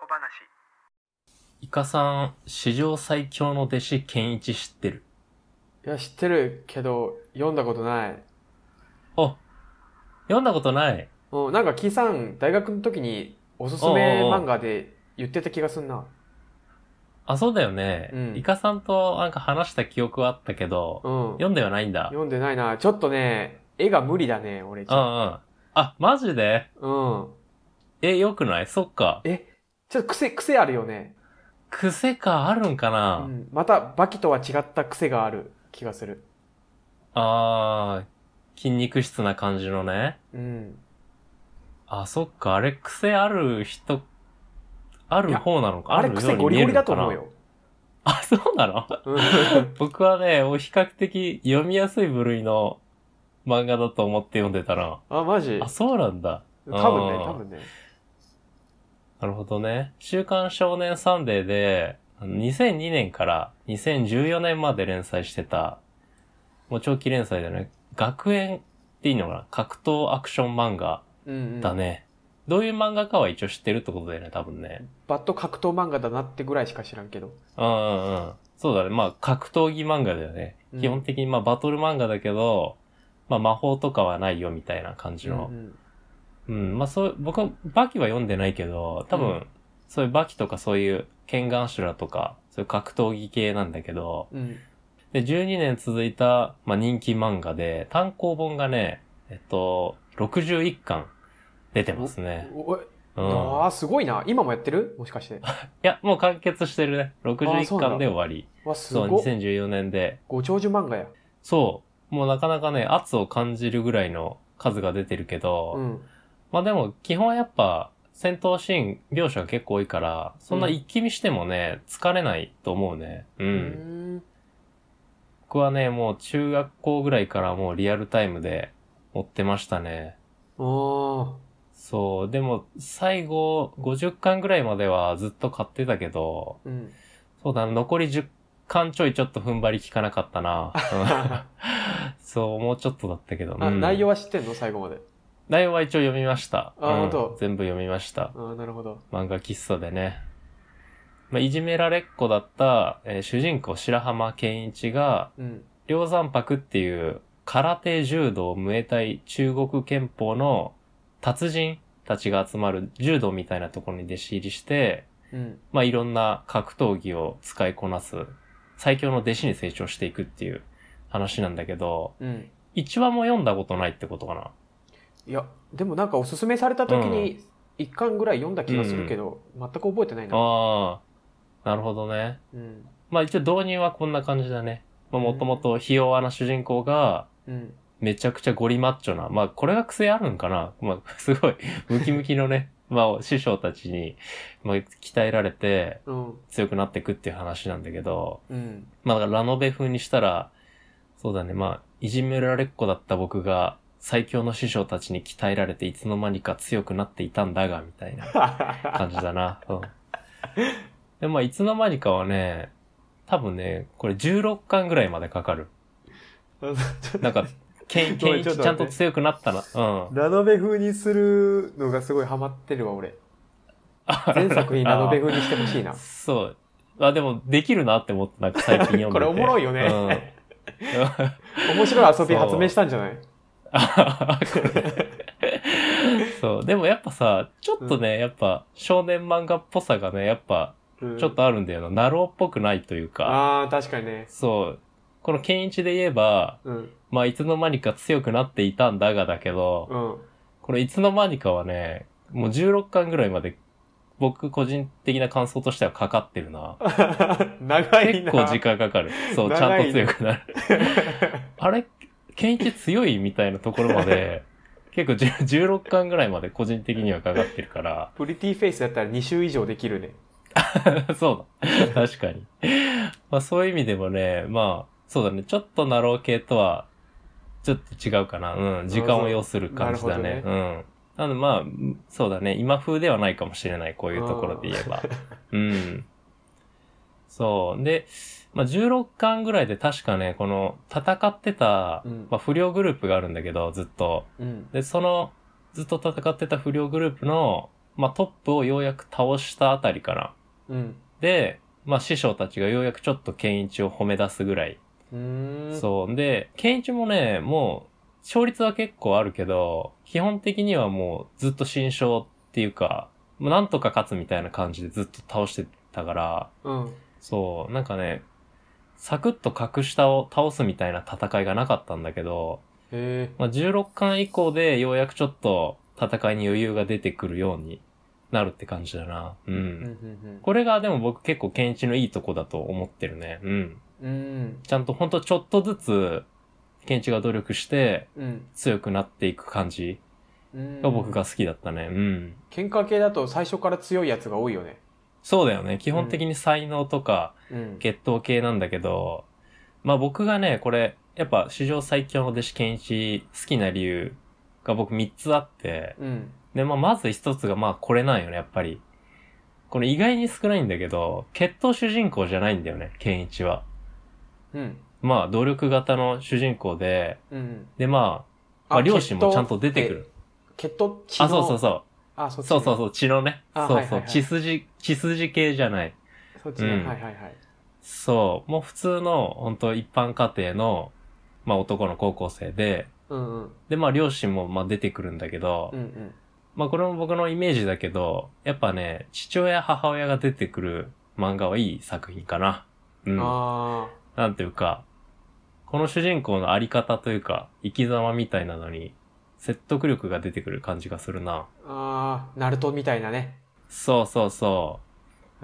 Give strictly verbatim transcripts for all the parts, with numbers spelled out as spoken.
小話。 イカさん、史上最強の弟子、ケンイチ知ってる？ いや、知ってるけど、読んだことない。 あ、読んだことない。 うん、なんか、キーさん、大学の時におすすめ漫画で言ってた気がすんな。 あ、そうだよね。 うん。 イカさんとなんか話した記憶はあったけど、 うん。 読んではないんだ。 読んでないな。ちょっとね、絵が無理だね、俺じうんうゃ。 ん。あ、マジで？ うん。 え、よくない？そっか。 え、ちょっと癖、癖あるよね。 癖かあるんかな？ うん。また、バキとは違った癖がある気がする。 あー、筋肉質な感じのね。 うん。 あ、そっか。あれ癖ある人、あるいや、 方なのか？ あれあるように見癖ゴリゴリえるのかな？ だと思うよ。 あ、そうなの？ うん。 僕はね、もう比較的読みやすい部類の漫画だと思って読んでたな。 あ、マジ？ あ、そうなんだ。 多分ね、 あー多分ね。 なるほどね。週刊少年サンデーで、にせんにねんからにせんじゅうよねんまで連載してた、もう長期連載だね。学園っていいのかな？格闘アクション漫画うんうん。 だね。どういう漫画かは一応知ってるってことだよね、多分ね。 バット格闘漫画だなってぐらいしか知らんけど。 うんうんうん。そうだね。まあ、格闘技漫画だよね。 うん基本的にまあ、バトル漫画だけど、まあ、魔法とかはないよみたいな感じの。 うんうん、まあそう、僕はバキは読んでないけど、多分、 うんそういうバキとかそういうケンガンシュラとか、そういう格闘技系なんだけど、 うん。うん。 で、じゅうにねん続いた、まあ人気漫画で、単行本がね、えっと、ろくじゅういっかん出てますね。 お、おうん。 ああ、すごいな。今もやってる？もしかして。 いや、もう完結してるね。ろくじゅういっかんで終わり。 わ、すそう、 ごっ。 にせんじゅうよねんで。 ご長寿漫画や。 そう、もうなかなかね、圧を感じるぐらいの数が出てるけど、 うん。 まあでも、基本はやっぱ、戦闘シーン、描写が結構多いから、そんな一気見してもね、疲れないと思うね。う。 うんん。 僕はね、もう中学校ぐらいからもうリアルタイムで追ってましたね。 おー。 そう。でも、最後、ごじゅっかんぐらいまではずっと買ってたけど、 うん。 そうだな、残りじゅっかんちょいちょっと踏ん張り効かなかったな。うんそう、もうちょっとだったけど。 あ、 うん、 内容は知ってんの？最後まで。 内容は一応読みました。 あ、 うん、 ほんと。 全部読みました。 あ、なるほど。 漫画喫茶でね。まあ、いじめられっ子だった、えー主人公白浜健一が、 うん。 梁山泊っていう空手柔道無エタイ中国拳法の達人たちが集まる柔道みたいなところに弟子入りして、 うん。 まあいろんな格闘技を使いこなす最強の弟子に成長していくっていう話なんだけど、 うん。 いちわも読んだことないってことかな。 いや、でもなんかおすすめされた時にいっかんぐらい読んだ気がするけど、全く覚えてないな。 ああ、なるほどね。 うん。 まあ一応導入はこんな感じだね。まあもともとひ弱な主人公が、 うん。 めちゃくちゃゴリマッチョな。まあこれが癖あるんかな。まあすごいムキムキのね、まあ師匠たちに、まあ、鍛えられてうん。 強くなっていくっていう話なんだけど、 うん。 まあだからラノベ風にしたら、そうだね、まあいじめられっ子だった僕が最強の師匠たちに鍛えられていつの間にか強くなっていたんだが、みたいな感じだな。うん。で、まあいつの間にかはね、多分ね、これじゅうろっかんぐらいまでかかる。なんか、ケン、ケンイチちゃんと強くなったな。うん。 ラノベ風にするのがすごいハマってるわ、俺。全作品ラノベ風にしてほしいな。 そう。あ、でも、できるなって思って、なんか最近読んでて。 これおもろいよね。 うん。 面白い遊び発明したんじゃない？ そう。でもやっぱさ、ちょっとね、やっぱ少年漫画っぽさがね、やっぱうんちょっとあるんだよな。ナローっぽくないというか。 ああ、確かにね。 そう。このケンイチで言えば、 うん。 まあいつの間にか強くなっていたんだがだけど、 うん。 これいつの間にかはね、もうじゅうろっかんぐらいまで僕個人的な感想としてはかかってるな。 長いな。 結構時間かかる。そう、ちゃ長いんと強くなる。あれ、ケンイチ強いみたいなところまで、結構じゅうろっかんぐらいまで個人的にはかかってるから。 プリティフェイスだったらに週以上できるね。 そうだ。確かに。まあそういう意味でもね、まあ、そうだね。ちょっとナロー系とは、ちょっと違うかな。うん。時間を要する感じだね。 なるうん。なのでまあ、そうだね。今風ではないかもしれない。こういうところで言えば。うん。そう。で、まあじゅうろっかんぐらいで確かね、この戦ってた、 うんまあ不良グループがあるんだけど、ずっと。 うん。 で、その、ずっと戦ってた不良グループの、 まあトップをようやく倒したあたりかな。 うん。 で、まあ師匠たちがようやくちょっとケンイチを褒め出すぐらい。 うーん。 そう。で、ケンイチもね、もう、勝率は結構あるけど、基本的にはもうずっと新勝っていうか、もうなんとか勝つみたいな感じでずっと倒してたから、 うん。 そう、なんかね、サクッと格下を倒すみたいな戦いがなかったんだけど、 へえ。 まあ、じゅうろっかん以降でようやくちょっと戦いに余裕が出てくるようになるって感じだな。うん。 うんうんこれがでも僕結構ケンイチのいいとこだと思ってるね。うん。 うん。うんちゃんとほんとちょっとずつ、ケンイチが努力してうん強くなっていく感じうん。 が僕が好きだったね。うん。 喧嘩系だと最初から強いやつが多いよね。 そうだよね。基本的に才能とかうん。 血統系なんだけど、まあ僕がね、これ、やっぱ史上最強の弟子ケンイチ好きな理由が僕みっつあって、 うん。 で、まあまずひとつがまあこれなんよね、やっぱり。これ意外に少ないんだけど、血統主人公じゃないんだよね、ケンイチは。 うん。 まあ努力型の主人公で、 うん。 でまあ、まあ両親もちゃんと出てくる。 血統血の。 あ、そうそうそう。 あ、そっち、ね。 そうそうそう、血のね。 あそうそう、 はいはいはい血筋、血筋系じゃない。 そっちね。 うんはいはいはい。 そう、もう普通の、本当一般家庭の、まあ男の高校生で、 うんうん。 でまあ両親もまあ出てくるんだけど、 うんうん。 まあこれも僕のイメージだけど、やっぱね、父親母親が出てくる漫画はいい作品かな。うん。 あなんていうか、この主人公のあり方というか、生き様みたいなのに、説得力が出てくる感じがするな。 あ。ああ。ナルトみたいなね。 そうそうそう。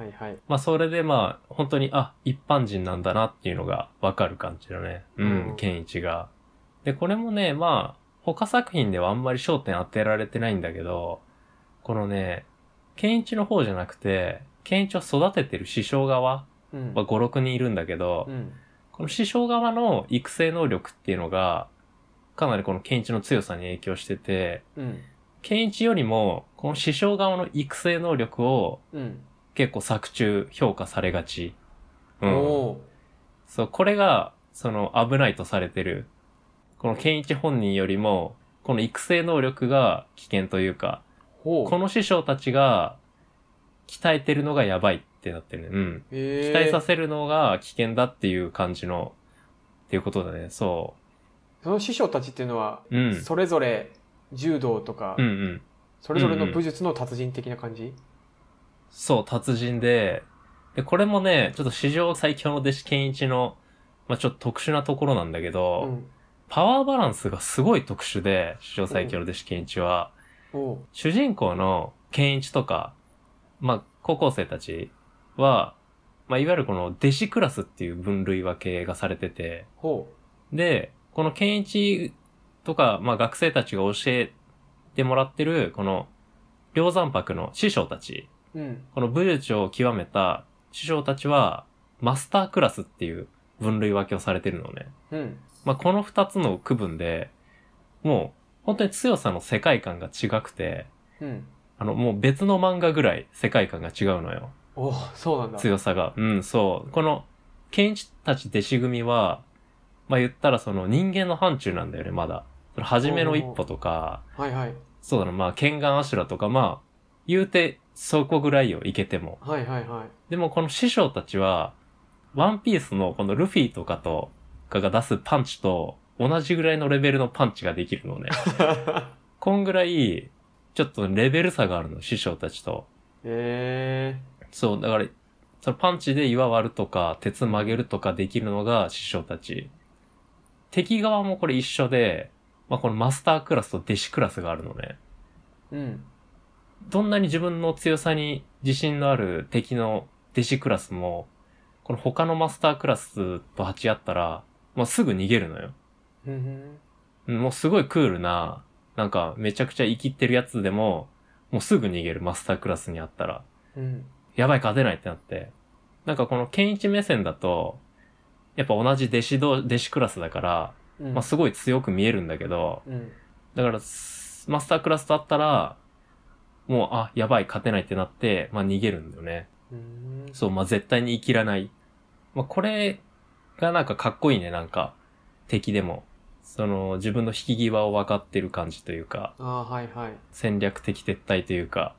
はいはい。 まあそれでまあ、本当に、あ、一般人なんだなっていうのがわかる感じだね。ううんん、ケンイチが。で、これもね、まあ、他作品ではあんまり焦点当てられてないんだけど、このね、ケンイチの方じゃなくて、ケンイチを育ててる師匠側うん。 はご、ろくにんいるんだけど、 うん。 この師匠側の育成能力っていうのが、かなりこのケンイチの強さに影響してて、 うん。 ケンイチよりも、この師匠側の育成能力をうん。 結構作中評価されがち。うん。 おー。 そう、これが、その危ないとされてる。このケンイチ本人よりも、この育成能力が危険というか、 ほう。 この師匠たちが鍛えてるのがやばいってなってるね。うん。 へー期待させるのが危険だっていう感じの、っていうことだね。そその師匠たちっていうのは、 う。うん。 それぞれ柔道とか、 うんうん。 それぞれの武術の達人的な感じ、 そう、達人で、で、これもね、ちょっと史上最強の弟子ケンイチの、まあちょっと特殊なところなんだけど、 うん。 パワーバランスがすごい特殊で、史上最強の弟子ケンイチは、 おう。 主人公のケンイチとか、まあ高校生たちは、まあいわゆるこの弟子クラスっていう分類分けがされてて、 ほで、このケンイチとか、まあ学生たちが教えてもらってる、この、梁山泊の師匠たち、 う。うん。 この武術を極めた師匠たちは、マスタークラスっていう分類分けをされてるのね。 うん。 まあ、この二つの区分で、もう、本当に強さの世界観が違くて、 うん。 あの、もう別の漫画ぐらい世界観が違うのよ。 おそうなんだ。 強さが。うん、そう。この、ケンイチたち弟子組は、まあ、言ったらその人間の範疇なんだよね、まだ。その初めの一歩とか、 はいはい。 そうだな、まあ、ケンガンアシュラとか、まあ、言うて、そこぐらいよ、いけても。 はいはいはい。 でもこの師匠たちは、ワンピースのこのルフィとかと、かが出すパンチと同じぐらいのレベルのパンチができるのね。こんぐらい、ちょっとレベル差があるの、師匠たちと。 へえそう、だから、そのパンチで岩割るとか、鉄曲げるとかできるのが師匠たち。敵側もこれ一緒で、まあこのマスタークラスと弟子クラスがあるのね。 ー。うん。 どんなに自分の強さに自信のある敵の弟子クラスも、この他のマスタークラスと鉢合ったら、もうすぐ逃げるのよ。 うんうんもうすごいクールな、なんかめちゃくちゃ生きってるやつでも、もうすぐ逃げるマスタークラスにあったら、 うん。うん。 やばい勝てないってなって。なんかこのケンイチ目線だと、やっぱ同じ弟子同、弟子クラスだから、 うん。 まあすごい強く見えるんだけど、 うん。 だから、スマスタークラスとあったら、もう、あ、やばい、勝てないってなって、まあ逃げるんだよね。 うーん。 そう、まあ絶対に生きらない。まあこれがなんかかっこいいね、なんか。敵でも。その、自分の引き際を分かってる感じというか、 ああ、はいはい。 戦略的撤退というか、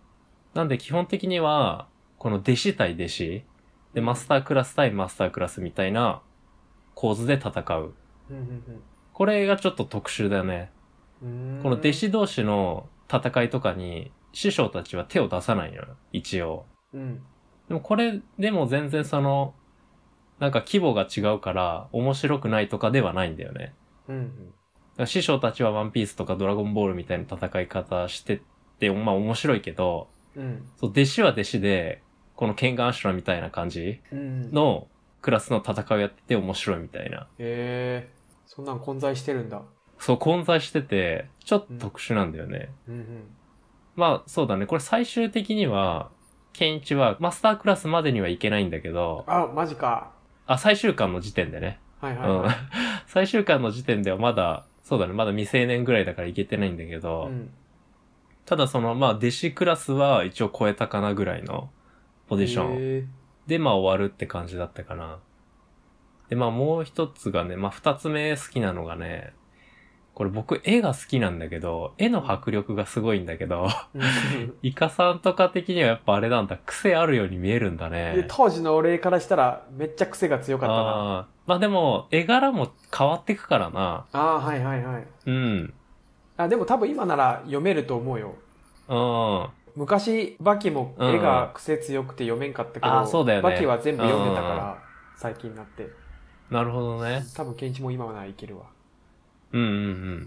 なんで基本的には、この弟子対弟子、で、マスタークラス対マスタークラスみたいな構図で戦う。 うんうんこれがちょっと特殊だよね。 うん。 この弟子同士の戦いとかに、師匠たちは手を出さないのよ、一応。 うん。 でもこれでも全然その、なんか規模が違うから面白くないとかではないんだよね。 うんうん。 だから師匠たちはワンピースとかドラゴンボールみたいな戦い方してって、まあ面白いけど、 うん。 そう、弟子は弟子で、このケンガンアシュラみたいな感じうん。 のクラスの戦いをやってて面白いみたいな。 へえ、そんなん混在してるんだ。 そう、混在してて、ちょっと特殊なんだよね。 うんうん。 まあ、そうだね。これ最終的には、ケンイチはマスタークラスまでにはいけないんだけど、 あ、マジか。 あ、最終巻の時点でね。 はいはいはい。 うん。最終巻の時点ではまだ、そうだね。まだ未成年ぐらいだからいけてないんだけど、 うん。 ただその、まあ、弟子クラスは一応超えたかなぐらいのポジション。 へえ。 で、まあ終わるって感じだったかな。で、まあもう一つがね、まあ二つ目好きなのがね、これ僕絵が好きなんだけど、絵の迫力がすごいんだけど、 うんイカさんとか的にはやっぱあれなんだ、癖あるように見えるんだでね。 当時の俺からしたらめっちゃ癖が強かったな。 ああ。まあでも、絵柄も変わってくからな。 ああ、はいはいはい。 うん。 あ、でも多分今なら読めると思うよ。 うん。 昔、バキも絵が癖強くて読めんかったけど、 あーそうだよねバキは全部読んでたから、最近になって。 なるほどね。 多分ケンイチも今はならいけるわ。 うんうんうん。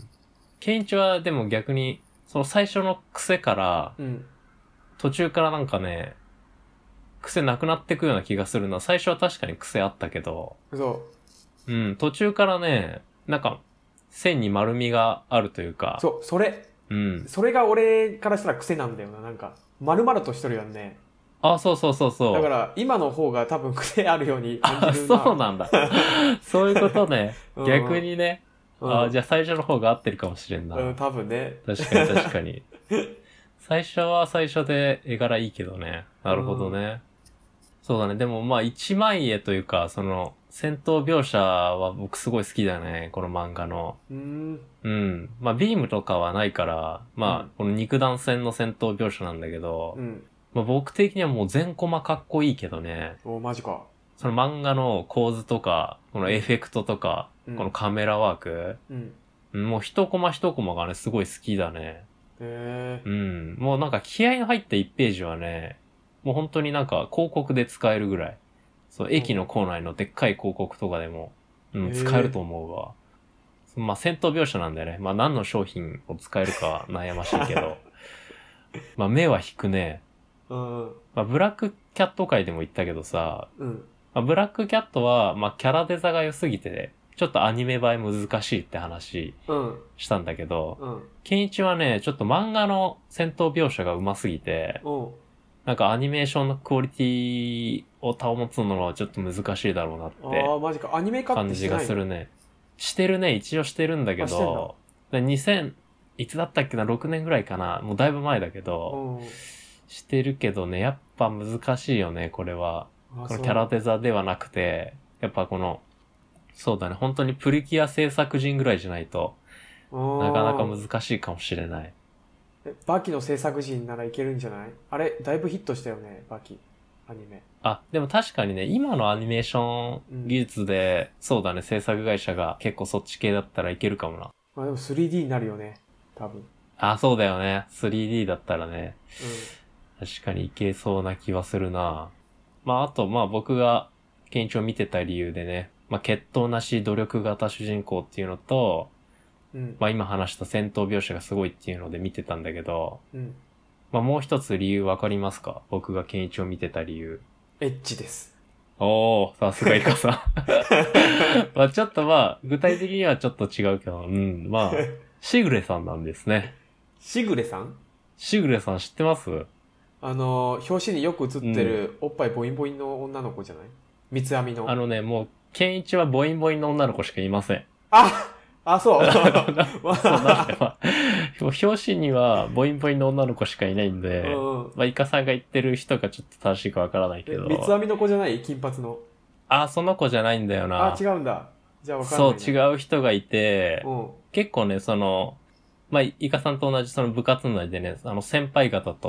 ケンイチはでも逆に、その最初の癖から、 うん。 途中からなんかね、癖なくなってくような気がするな。最初は確かに癖あったけど、 そうん、途中からね、なんか、線に丸みがあるというう。 か、 そう、それ。 う。ん。 それが俺からしたら癖なんだよな、なんか。丸々としとるよね。 あ、そうそうそうそう。 だから、今の方が多分癖あるように感あ、 じるな。 そうなんだ。そういうことね。 うん逆にね。 うんあ、じゃあ最初の方が合ってるかもしれんな。 うん、多分ね。 確かに確かに。最初は最初で絵柄いいけどね。なるほどね。そうだね。でもまあ一枚絵というか、その、戦闘描写は僕すごい好きだね。この漫画の。 うーん。 うん。まあビームとかはないから、まあこの肉弾戦の戦闘描写なんだけど、 うん。 まあ僕的にはもう全コマかっこいいけどね。 お、マジか。 その漫画の構図とか、このエフェクトとか、 うんこのカメラワーク、 うん。 もう一コマ一コマがね、すごい好きだね。 へえ。 うん。もうなんか気合の入ったいちページはね、もう本当になんか広告で使えるぐらい。そう、駅の構内のでっかい広告とかでも、うん、 へー使えると思うわ。まあ戦闘描写なんだよね。まあ何の商品を使えるかは悩ましいけど。まあ目は引くね。 うん。 まあブラックキャット界でも言ったけどさ、 うん。 まあ、ブラックキャットは、まあ、キャラデザが良すぎて、ちょっとアニメ映え難しいって話うん。 したんだけど、 うん。 ケンイチはね、ちょっと漫画の戦闘描写が上手すぎて、 うん。 なんかアニメーションのクオリティを保つのはちょっと難しいだろうなっあてあ、マジか。アニメ化っ感じがてしてないのするね。してるね、一応してるんだけあしてんど、でにせん、いつだったっけな、ろくねんぐらいかな、もうだいぶ前だけど、 うん。 してるけどね、やっぱ難しいよね、これは。 あこのキャラデザではなくて、やっぱこの、そうだね、本当にプリキュア制作人ぐらいじゃないと、 そうなかなかあー難しいかもしれない。 えバキの制作陣ならいけるんじゃない？あれ、だいぶヒットしたよね、バキ。アニメ。 あ、でも確かにね、今のアニメーション技術で、そうだね、制作会社が結構そっち系だったらいけるかもな。 まあでも スリーディー になるよね、多分。 あ、そうだよね。スリーディー だったらね、確かにいけそうな気はするな。まあ、あと、まあ僕が、ケンイチを見てた理由でね、まあ、血統なし努力型主人公っていうのと、 うん。うん。 まあ今話した戦闘描写がすごいっていうので見てたんだけど、 うん。 まあもう一つ理由わかりますか？僕がケンイチを見てた理由。 エッチです。 おー、さすがイカさん。まあちょっとまあ、具体的にはちょっと違うけど、うん、まあ、シグレさんなんですね。 しぐれさん？ シグレさん知ってます？ あの、表紙によく写ってるおっぱいボインボインの女の子じゃない？三つ編みの。 あのね、もう、ケンイチはボインボインの女の子しかいません。 ああ、そう。 そうなんで、まあ、表紙にはボインボインの女の子しかいないんで、 うんうんまあ、イカさんが言ってる人がちょっと正しいかわからないけど。 え三つ編みの子じゃない？金髪の。 あ、その子じゃないんだよな。 あ、違うんだ。じゃあわかんないそう、 な。 違う人がいて、 うん。 結構ね、その、まあ、イカさんと同じその部活内でね、あの先輩方と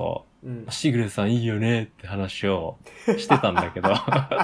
うん。 しぐれさんいいよねって話をしてたんだけど。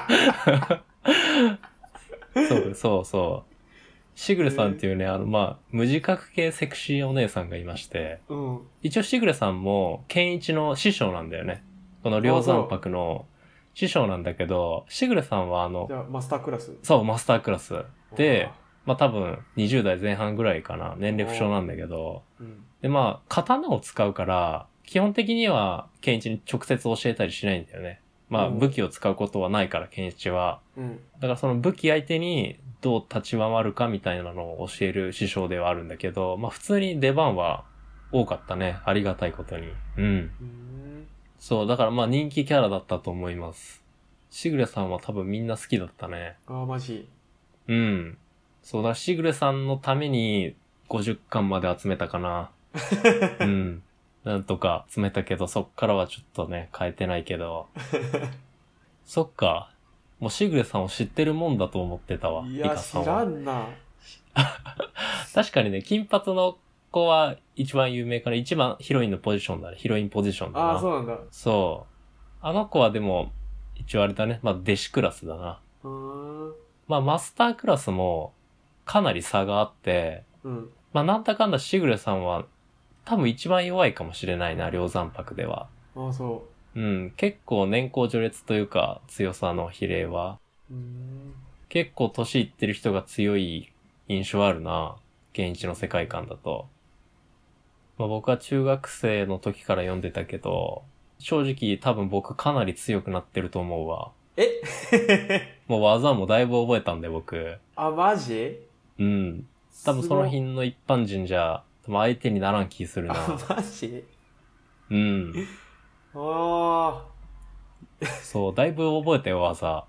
そうそうそう。しぐれさんっていうね、あの、まあ、無自覚系セクシーお姉さんがいまして、 うん。 一応しぐれさんも、ケンイチの師匠なんだよね。この梁山泊の師匠なんだけど、しぐれさんはあの、 じゃあ、マスタークラス。 そう、マスタークラス。であ、 まあ多分にじゅう代前半ぐらいかな。年齢不詳なんだけど、 ー、うん。 でまあ、刀を使うから、基本的には、ケンイチに直接教えたりしないんだよね。まあ、 うん武器を使うことはないから、ケンイチは。 うん。 だからその武器相手にどう立ち回るかみたいなのを教える師匠ではあるんだけど、まあ普通に出番は多かったね。ありがたいことに。うん。 うーん。 そう、だからまあ人気キャラだったと思います。しぐれさんは多分みんな好きだったね。 ああ、マジ。 うん。そうだ、しぐれさんのためにごじゅっかんまで集めたかな。うん。なんとか集めたけど、そっからはちょっとね、変えてないけど。そっか。もうしぐれさんを知ってるもんだと思ってたわ。リいや、知カさんは。 らんな。 確かにね、金髪の子は一番有名かな。一番ヒロインのポジションだね。ヒロインポジションだな。 ああ、そうなんだ。 そう。あの子はでも、一応あれだね。まあ、弟子クラスだな。 うーん。 まあ、マスタークラスも、かなり差があって、 うん。 まあ、なんだかんだしぐれさんは、多分一番弱いかもしれないな、梁山泊では。 ああ、そうん、結構年功序列というか、強さの比例は。 う。うーん。 結構年いってる人が強い印象あるな。現一の世界観だと。まあ、僕は中学生の時から読んでたけど、正直多分僕かなり強くなってると思うわ。 えもう技もだいぶ覚えたんで僕。 あ、マジうん。多分その辺の一般人じゃ、多分相手にならん気するあ、 な。 マジうん。 あそう、だいぶ覚えたよ、技。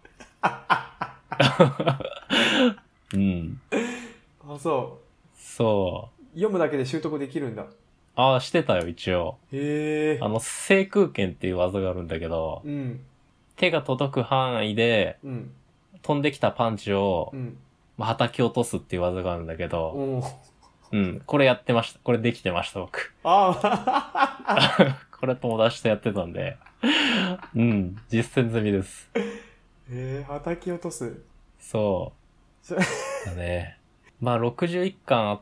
うん。 あ。あ、そそう。 う。読むだけで習得できるんだ。 ああ、してたよ、一応。 へえ。 あの、制空拳っていう技があるんだけど、 うん。 手が届く範囲でうん。 飛んできたパンチを、 うん。 まあ、叩き落とすっていう技があるんだけど、 おーうん、これやってました。これできてました、僕。 ああ。 これ友達とやってたんで、うん、実践済みです。 えー、叩き落とす。 そそう。だね。まあ、ろくじゅういっかんあって、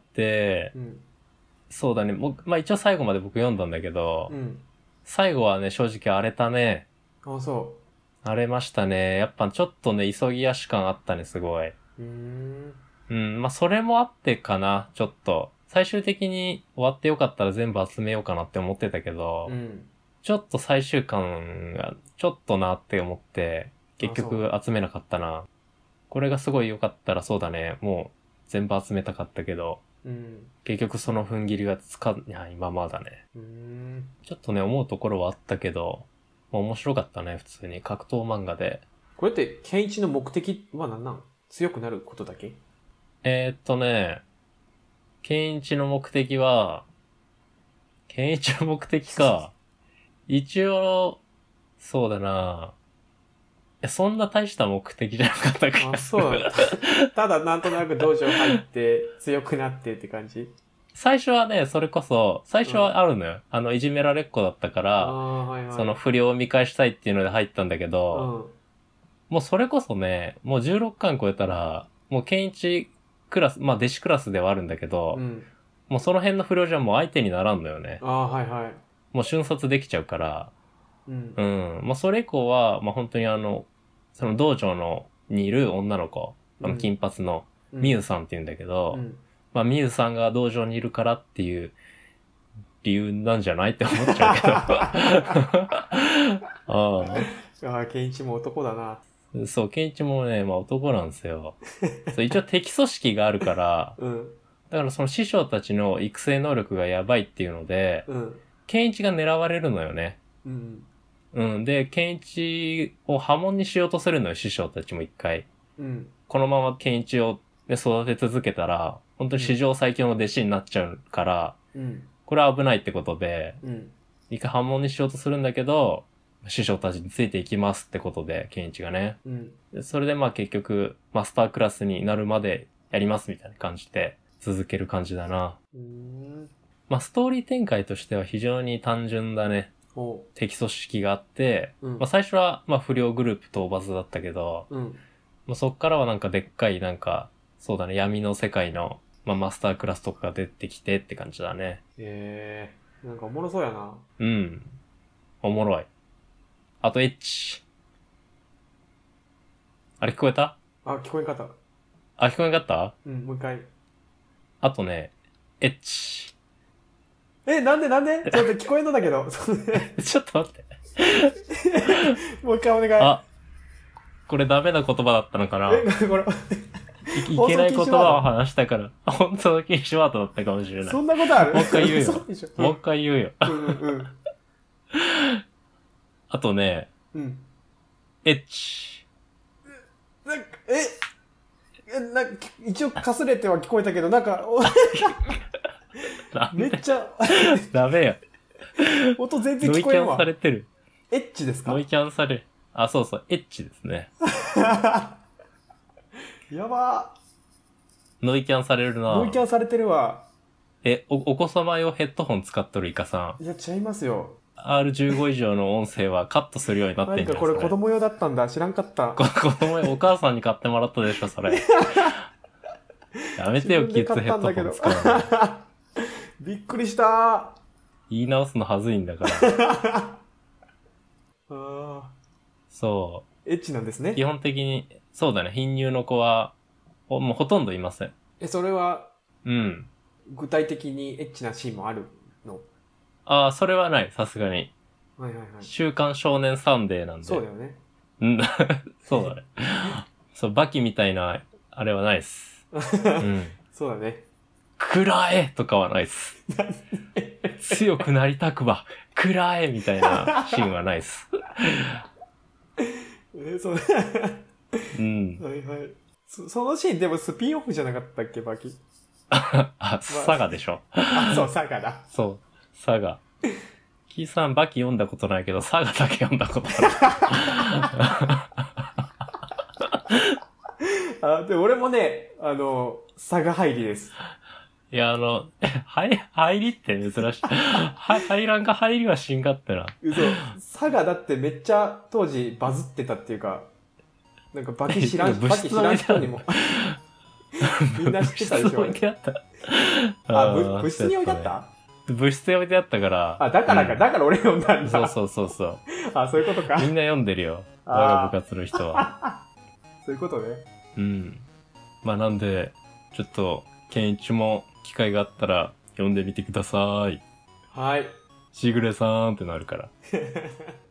うん。 そうだね。僕、まあ一応最後まで僕読んだんだけど、 うん。 最後はね、正直荒れたね。 あ、そ荒れましたね。やっぱちょっとね、急ぎ足感あったね、すごい。 う。うーん。 うん、まあそれもあってかな、ちょっと。最終的に終わってよかったら全部集めようかなって思ってたけど、 うん。 ちょっと最終巻がちょっとなって思って、結あ局集めなかったな。これがすごい良かったらそうだね、もう全部集めたかったけど、 うん。 結局その踏ん切りがつかないままだね。 うーん。 ちょっとね、思うところはあったけど、まあ面白かったね、普通に。格闘漫画で。 これって、ケンイチの目的は何なん？強くなることだけ？ えー、っとね、ケンイチの目的は、ケンイチの目的か。一応、そうだな。いや、そんな大した目的じゃなかった気あ、 がする。 そうなんだ。ただなんとなく道場入って強くなってって感じ？ 最初はね、それこそ、最初はあるのよ。あの、いじめられっ子だったかあら、 あ、はいはい。 その不良を見返したいっていうので入ったんだけうど、 ん。 もうそれこそね、もうじゅうろっかん超えたら、もうケンイチクラス、まあ弟子クラスではあるんだけど、 うん。 もうその辺の不良じゃもう相手にならんのよね。 ああ、はいはい。 もう瞬殺できちゃうから、 うん。 うん。まあそれ以降は、まあ本当にあの、その道場の、にいる女の子、あの金髪の、みゆさんって言うんだけど、 うん。 まあみゆさんが道場にいるからっていう理由なんじゃないって思っちゃうけど。あああ、ケンイチも男だな。 あ。そう、ケンイチもね、まあ男なんですよ。そう、一応敵組織があるから、 うん。 だからその師匠たちの育成能力がやばいっていうので、 うん。 ケンイチが狙われるのよね。 うん。 うん。で、ケンイチを破門にしようとするのよ、師匠たちも一回。 うん。 このままケンイチを、ね、育て続けたら、本当に史上最強の弟子になっちゃうから、 うん。 これは危ないってことで、 うん。 一回破門にしようとするんだけど、師匠たちについていきますってことで、ケンイチがね。 うん。 でそれでまあ結局、マスタークラスになるまでやりますみたいな感じで、続ける感じだな。 うーん。 まあストーリー展開としては非常に単純だね。 お敵組織があって、 うんまあ最初はまあ不良グループ討伐だったけど、 うん。 まあ、そっからはなんかでっかいなんか、そうだね、闇の世界の、まあ、マスタークラスとかが出てきてって感じだね。 ええー、なんかおもろそうやな。 うん。おもろい。あとエッチ。あれ聞こえた？ あ、聞こえんかった。 あ、聞こえんかった？ うん、もう一回。 あとね、エッチ。 え、なんでなんでちょっと聞こえんのだけど。 ちょっと待って。 もう一回お願い。 あ、これダメな言葉だったのかな？ え、これ、 い, いけない言葉を話したから、本当の禁止ワードだったかもしれない。 そんなことある？ もう一回言うよ。 そうでしょ。 もう一回言うよ。 うんうんうん。 あとね、 うん。 エッチ。 なんか、え、えなんか一応かすれては聞こえたけど、なんか、おめっちゃ、 ダメよ。 音全然ノイキャン聞こえんわ。 されてる。 エッチですか？ ノイキャンされる。あ、そうそう、エッチですね。 やばノイキャンされるー。 な。 ノイキャンされてるわ。 え、お、お子様用ヘッドホン使っとるイカさん。 いや、ちゃいますよ。 アールじゅうご 以上の音声はカットするようになってんじゃん。 なんかこれ子そ供用だったんだ。知らんかった。 こ子供用お母さんに買ってもらったでしょ、それ。やめてよ、キッズヘッドホン使うの。 びっくりしたー。 言い直すのはずいんだから。 あそーエッチなんですう。 ね。 基本的に、そうだね、貧乳の子は、ほもうほとんどいません。 え、それはうん。 具体的にエッチなシーンもあるの？ ああ、それはない、さすがに。 はいはいはい。 週刊少年サンデーなんで。 そうだよね。 うんそうだね。そう、バキみたいな、あれはないっす。うん。 そうだね。 くらえとかはないっす。強くなりたくば、くらえみたいなシーンはないっす。 え、そう。 うん。 はいはい。そ, そのシーンでもスピンオフじゃなかったっけ、バキ。 あ、サガでしょ。 あ、そう、サガだ。 そう、サガ。キーさん、バキ読んだことないけど、サガだけ読んだことああ、で、俺もね、あの、サガ入りです。 る。いや、あの、入り、入りって珍しい。は入らんか入りはしんかってな。 嘘。サガだってめっちゃ当時バズってたっていうか、なんかバキ知らん、 えバキ知らん人にも。みんな知ってたでしょ。 部室に置いてあった。 あ、部部室に置いてあった？ 部室に置いてあったから。 あ、だからか、 うんだから俺読んだんだ。 そうそうそうそう。 あ、そういうことか。 みんな読んでるよ。 あー我が部活の人は。 そういうことね。 うん。まあなんで、ちょっと、ケンイチも機会があったら読んでみてください。 はい。 しぐれさーんってなるから。